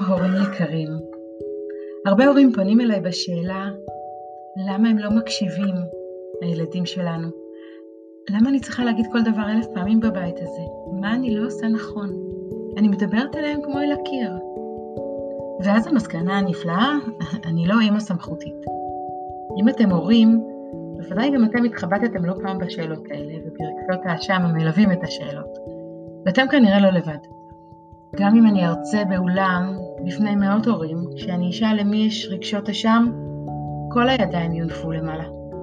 הורים יקרים. הרבה הורים פונים אליי בשאלה, למה הם לא מקשיבים לילדים שלנו? למה אני צריכה להגיד כל דבר 1000 פעמים בבית הזה? מה אני לא עושה נכון? אני מדברת אליהם כמו אל הקיר. ואז המסקנה הנפלאה, אני לא אמא סמכותית. אם אתם הורים, בוודאי גם אתם התחבטתם לא פעם בשאלות האלה, וברגשות האשם המלווים את השאלות. ואתם כנראה לא לבד. גם אם אני ארצה באולם בפני מאות הורים, כשאני אשאל למי יש רגשות אשם, כל הידיים יונפו למעלה.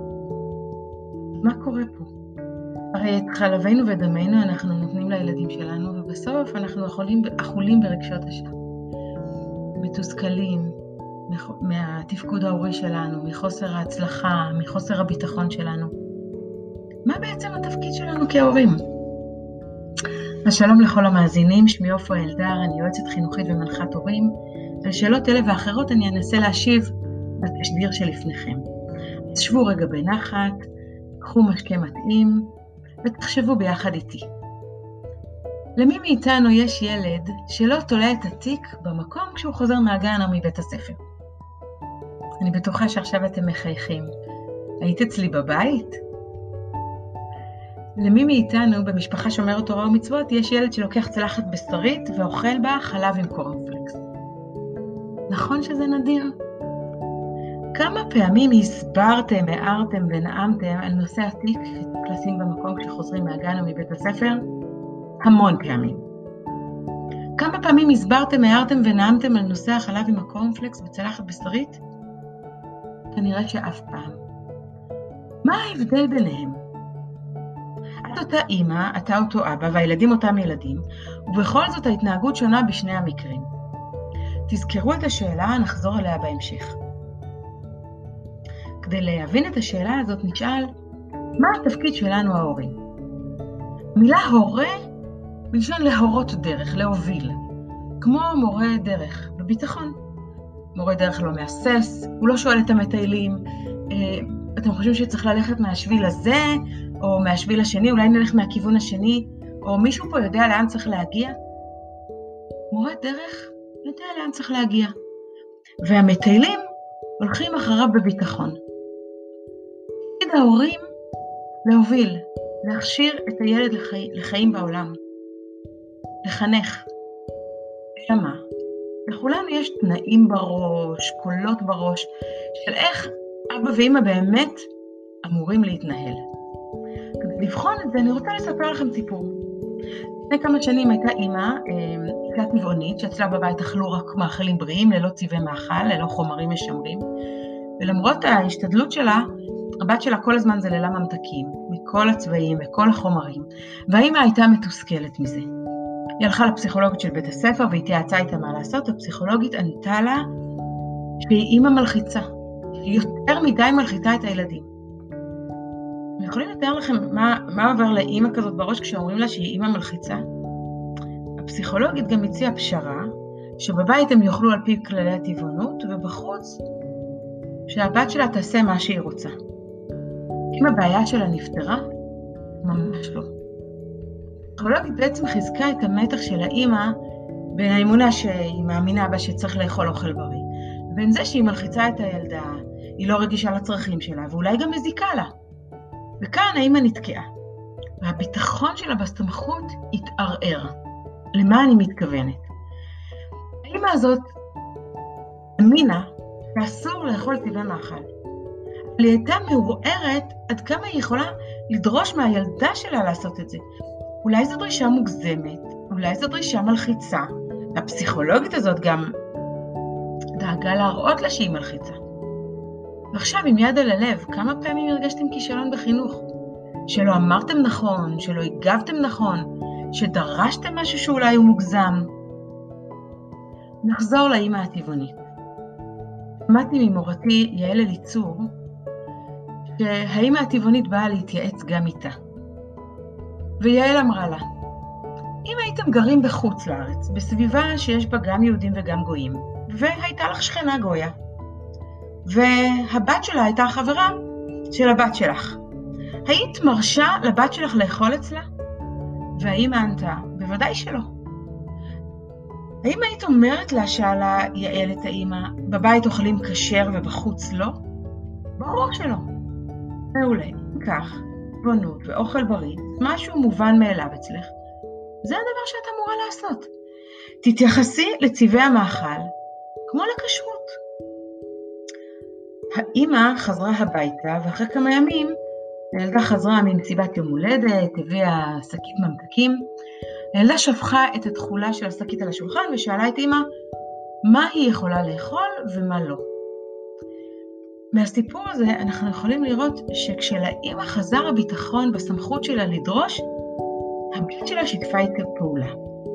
מה קורה פה? הרי את חלבנו ודמנו אנחנו נותנים לילדים שלנו, ובסוף אנחנו אכולים ברגשות אשם. מתוסכלים מהתפקוד ההורי שלנו, מחוסר ההצלחה, מחוסר הביטחון שלנו. מה בעצם התפקיד שלנו כהורים? אז שלום לכל המאזינים, שמי עופרה אלדר, אני יועצת חינוכית ומנחת הורים. על שאלות אלה ואחרות אני אנסה להשיב בתשדיר שלפניכם. אז שבו רגע בנחת, קחו משקה מתאים ותחשבו ביחד איתי. למי מאיתנו יש ילד שלא תולה את התיק במקום כשהוא חוזר מהגן או מבית הספר? אני בטוחה שעכשיו אתם מחייכים. היית אצלי בבית? למי מאיתנו במשפחה שומרת תורה ומצוות יש ילד שלוקח צלחת בשרית ואוכל בה חלב עם קורנפלקס? נכון שזה נדיר? כמה פעמים הסברתם, הערתם ונעמתם על נושא התיק שצריך לשים במקום כשחוזרים מהגן או מבית הספר? המון פעמים. כמה פעמים הסברתם, הערתם ונעמתם על נושא החלב עם הקורנפלקס בצלחת בשרית? כנראה שאף פעם. מה ההבדל ביניהם? את אותה אמא, אתה אותו אבא והילדים אותם ילדים, ובכל זאת ההתנהגות שונה בשני המקרים. תזכרו את השאלה, נחזור אליה בהמשך. כדי להבין את השאלה הזאת נשאל, מה התפקיד שלנו ההורים? המילה הורה מלשון להורות דרך, להוביל, כמו מורה דרך בביטחון. מורה דרך לא מהסס, הוא לא שואל את המטיילים, אתם חושבים שצריך ללכת מהשביל הזה, או מהשביל השני, אולי נלך מהכיוון השני, או מישהו פה יודע לאן צריך להגיע? מורה דרך יודע לאן צריך להגיע. והמטיילים הולכים אחריו בביטחון. תפקיד ההורים להוביל, להכשיר את הילד לחיים בעולם. לחנך. למה? לכולנו יש תנאים בראש, קולות בראש, של איך אבא ואמא באמת אמורים להתנהל. כדי לבחון את זה, אני רוצה לספר לכם סיפור. לפני כמה שנים הייתה אמא, אישה טבעונית, שאצלה בבית אכלו רק מאכלים בריאים, ללא צבעי מאכל, ללא חומרים משמרים. ולמרות ההשתדלות שלה, הבת שלה כל הזמן זללה ממתקים, מכל הצבעים וכל החומרים, והאמא הייתה מתוסכלת מזה. היא הלכה לפסיכולוגית של בית הספר והתייעצה איתה מה לעשות. הפסיכולוגית ענתה לה שהיא אמא מלחיצה, שהיא יותר מדי מלחיצה את הילדים. אני יכולים לתאר לכם מה עובר לאמא כזאת בראש כשאומרים לה שהיא אמא מלחיצה? הפסיכולוגית גם הציעה פשרה, שבבית הם יאכלו על פי כללי הטבעונות, ובחוץ שהבת שלה תעשה מה שהיא רוצה. אם הבעיה שלה נפתרה, ממש לא. הפסיכולוגית בעצם חיזקה את המתח של האמא בין האמונה שהיא מאמינה בה שצריך לאכול אוכל בריא, ובין זה שהיא מלחיצה את הילדה, היא לא רגישה לצרכים שלה, ואולי גם מזיקה לה. וכאן האמא נתקעה, והביטחון שלה בסמכות התערער. למה אני מתכוונת? האמא הזאת האמינה שאסור לאכול צבעי מאכל, אבל היא הייתה מעורערת עד כמה היא יכולה לדרוש מהילדה שלה לעשות את זה. אולי זו דרישה מוגזמת, אולי זו דרישה מלחיצה. הפסיכולוגית הזאת גם דאגה להראות לה שהיא מלחיצה. ועכשיו עם יד על הלב, כמה פעמים הרגשתם כישלון בחינוך? שלא אמרתם נכון, שלא הגבתם נכון, שדרשתם משהו שאולי הוא מוגזם. נחזור לאמא הטבעונית. שמעתי ממורתי יעל אליצור, שהאמא הטבעונית באה להתייעץ גם איתה. ויעל אמרה לה, אם הייתם גרים בחוץ לארץ, בסביבה שיש בה גם יהודים וגם גויים, והייתה לך שכנה גויה, והבת שלה הייתה חברה של הבת שלך, היית מרשה לבת שלך לאכול אצלה? והאמא ענתה, בוודאי שלא. האם היית אומרת לה, שאלה יעל את האמא, בבית אוכלים כשר ובחוץ לא? ברור שלא. מעולה, כך, טבעונות ואוכל בריא, משהו מובן מאליו אצלך. זה הדבר שאת אמורה לעשות. תתייחסי לצבעי המאכל כמו לכשרות. האמא חזרה הביתה, ואחרי כמה ימים הילדה חזרה ממסיבת יום הולדת, הביאה שקית ממתקים. הילדה שפכה את התכולה של השקית על השולחן ושאלה את אמא מה היא יכולה לאכול ומה לא. מהסיפור הזה אנחנו יכולים לראות שכשלאמא חזר הביטחון בסמכות שלה לדרוש, הבת שלה שיתפה איתה פעולה.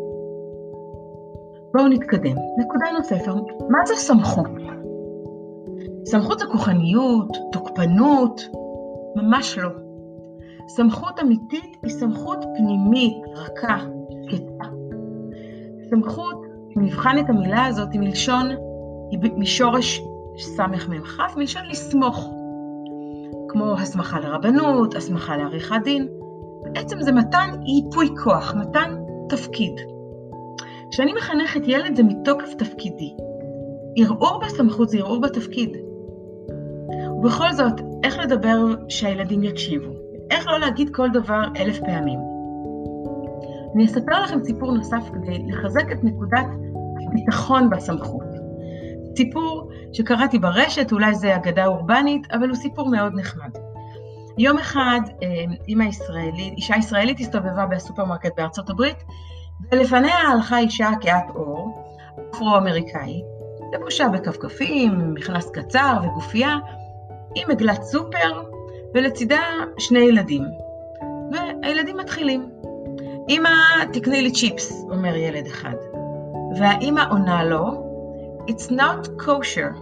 בואו נתקדם. נקודה נוספת, מה זה סמכות? סמכות זה כוחניות, תוקפנות, ממש לא. סמכות אמיתית היא סמכות פנימית, רכה, שקטה. סמכות, אם נבחן את המילה הזאת, היא מלשון, היא משורש סמך ממחף, מלשון לסמוך. כמו הסמכה לרבנות, הסמכה לעריכת דין. בעצם זה מתן ייפוי כוח, מתן תפקיד. כשאני מחנכת ילד זה מתוקף תפקידי. ערעור בסמכות זה ערעור בתפקיד. ובכל זאת, איך לדבר שהילדים יקשיבו? איך לא להגיד כל דבר 1000 פעמים? אני אספר לכם סיפור נוסף כדי לחזק את נקודת הביטחון בסמכות. סיפור שקראתי ברשת, אולי זה אגדה אורבנית, אבל הוא סיפור מאוד נחמד. יום אחד אישה ישראלית הסתובבה בסופרמרקט בארצות הברית, ולפניה הלכה אישה כהת עור, אפרו-אמריקאי, לבושה בכפכפים, מכנס קצר וגופייה, עם עגלת סופר, ולצידה 2 ילדים. והילדים מתחילים. אמא, תקני לי צ'יפס, אומר ילד אחד. והאמא עונה לו, It's not kosher.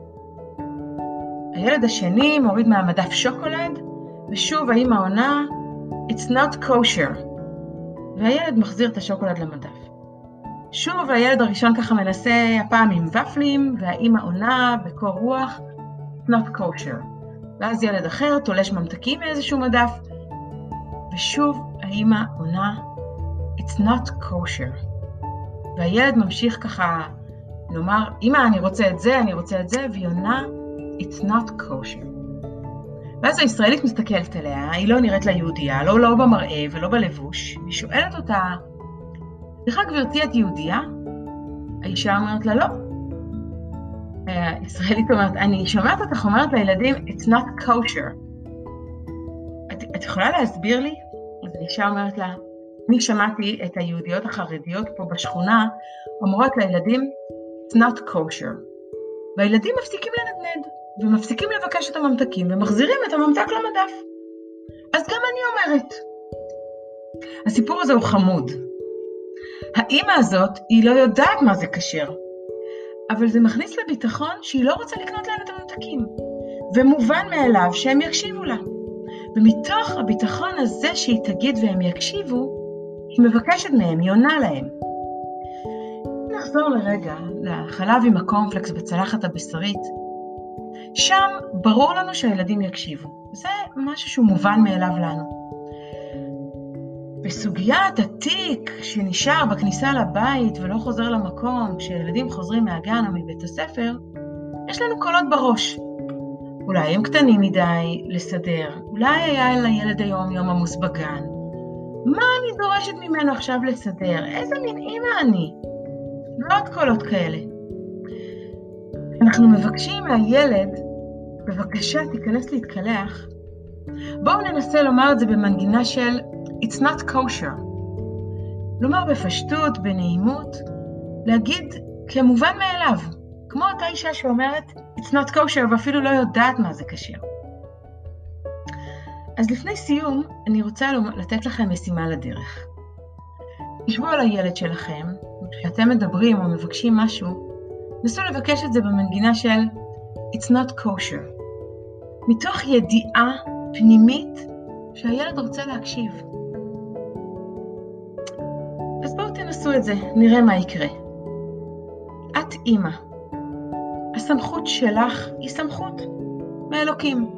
הילד השני מוריד מהמדף שוקולד, ושוב האמא עונה, It's not kosher. והילד מחזיר את השוקולד למדף. שוב הילד הראשון ככה מנסה הפעם עם ופלים, והאמא עונה בקור רוח, It's not kosher. ואז ילד אחר תולש ממתקים מאיזשהו מדף, ושוב האמא עונה, It's not kosher. והילד ממשיך ככה לומר, אמא אני רוצה את זה, אני רוצה את זה, והיא עונה, It's not kosher. ואז הישראלית מסתכלת עליה, היא לא נראית לה יהודייה, לא במראה ולא בלבוש, היא שואלת אותה, סליחה גברתי את יהודייה? האישה אומרת לה לא. הישראלית אומרת, אני שומעת אותך אומרת לילדים, It's not kosher. את יכולה להסביר לי? אז האישה אומרת לה, אני שמעתי את היהודיות החרדיות פה בשכונה, אומרות לילדים, It's not kosher. והילדים מפסיקים לנדנד, ומפסיקים לבקש את הממתקים, ומחזירים את הממתק למדף. אז גם אני אומרת. הסיפור הזה הוא חמוד. האמא הזאת, היא לא יודעת מה זה כשר, אבל זה מכניס לביטחון שהיא לא רוצה לקנות להם את הממתקים, ומובן מאליו שהם יקשיבו לה. ומתוך הביטחון הזה שהיא תגיד והם יקשיבו, היא מבקשת מהם, היא עונה להם. נחזור לרגע לחלב עם הקורנפלקס בצלחת הבשרית. שם ברור לנו שהילדים יקשיבו. זה משהו שהוא מובן מאליו לנו. בסוגיית התיק שנשאר בכניסה לבית ולא חוזר למקום, כשילדים חוזרים מהגן או מבית הספר, יש לנו קולות בראש. אולי הם קטנים מדי לסדר, אולי היה לילד היום יום עמוס בגן. מה אני דורשת ממנו עכשיו לסדר? איזה מין אמא אני? ועוד קולות כאלה. אנחנו מבקשים מהילד, בבקשה תיכנס להתקלח. בואו ננסה לומר את זה במנגינה של It's not kosher. לומר בפשטות, בנעימות, להגיד כמובן מאליו, כמו אותה אישה שאומרת It's not kosher ואפילו לא יודעת מה זה כשר. אז לפני סיום, אני רוצה לתת לכם משימה לדרך. תשבו על הילד שלכם, כשאתם מדברים או מבקשים משהו, נסו לבקש את זה במנגינה של It's not kosher. מתוך ידיעה פנימית שהילד רוצה להקשיב. אז בואו תנסו את זה, נראה מה יקרה. את אמא. הסמכות שלך היא סמכות מאלוקים.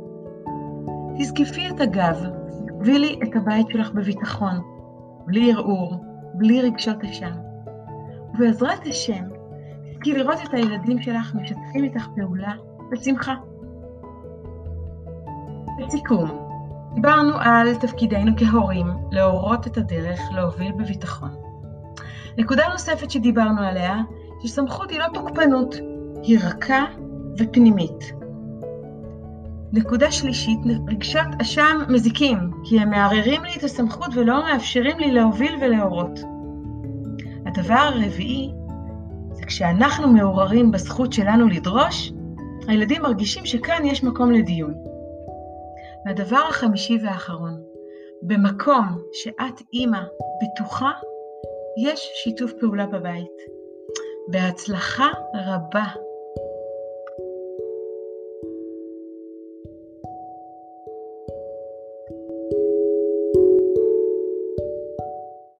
תזקפי את הגב, תקבילי את הבית שלך בביטחון, בלי ערעור, בלי רגשות אשם. ובעזרת השם, תזכי לראות את הילדים שלך משתפים איתך פעולה בשמחה. לסיכום, דיברנו על תפקידנו כהורים, להורות את הדרך, להוביל בביטחון. נקודה נוספת שדיברנו עליה, שסמכות היא לא תוקפנות, היא רכה ופנימית. נקודה שלישית, רגשות אשם מזיקים, כי הם מערערים לי את הסמכות ולא מאפשרים לי להוביל ולהורות. הדבר הרביעי, זה כשאנחנו מעוררים בזכות שלנו לדרוש, הילדים מרגישים שכאן יש מקום לדיון. והדבר החמישי והאחרון, במקום שאת אימא בטוחה, יש שיתוף פעולה בבית. בהצלחה רבה.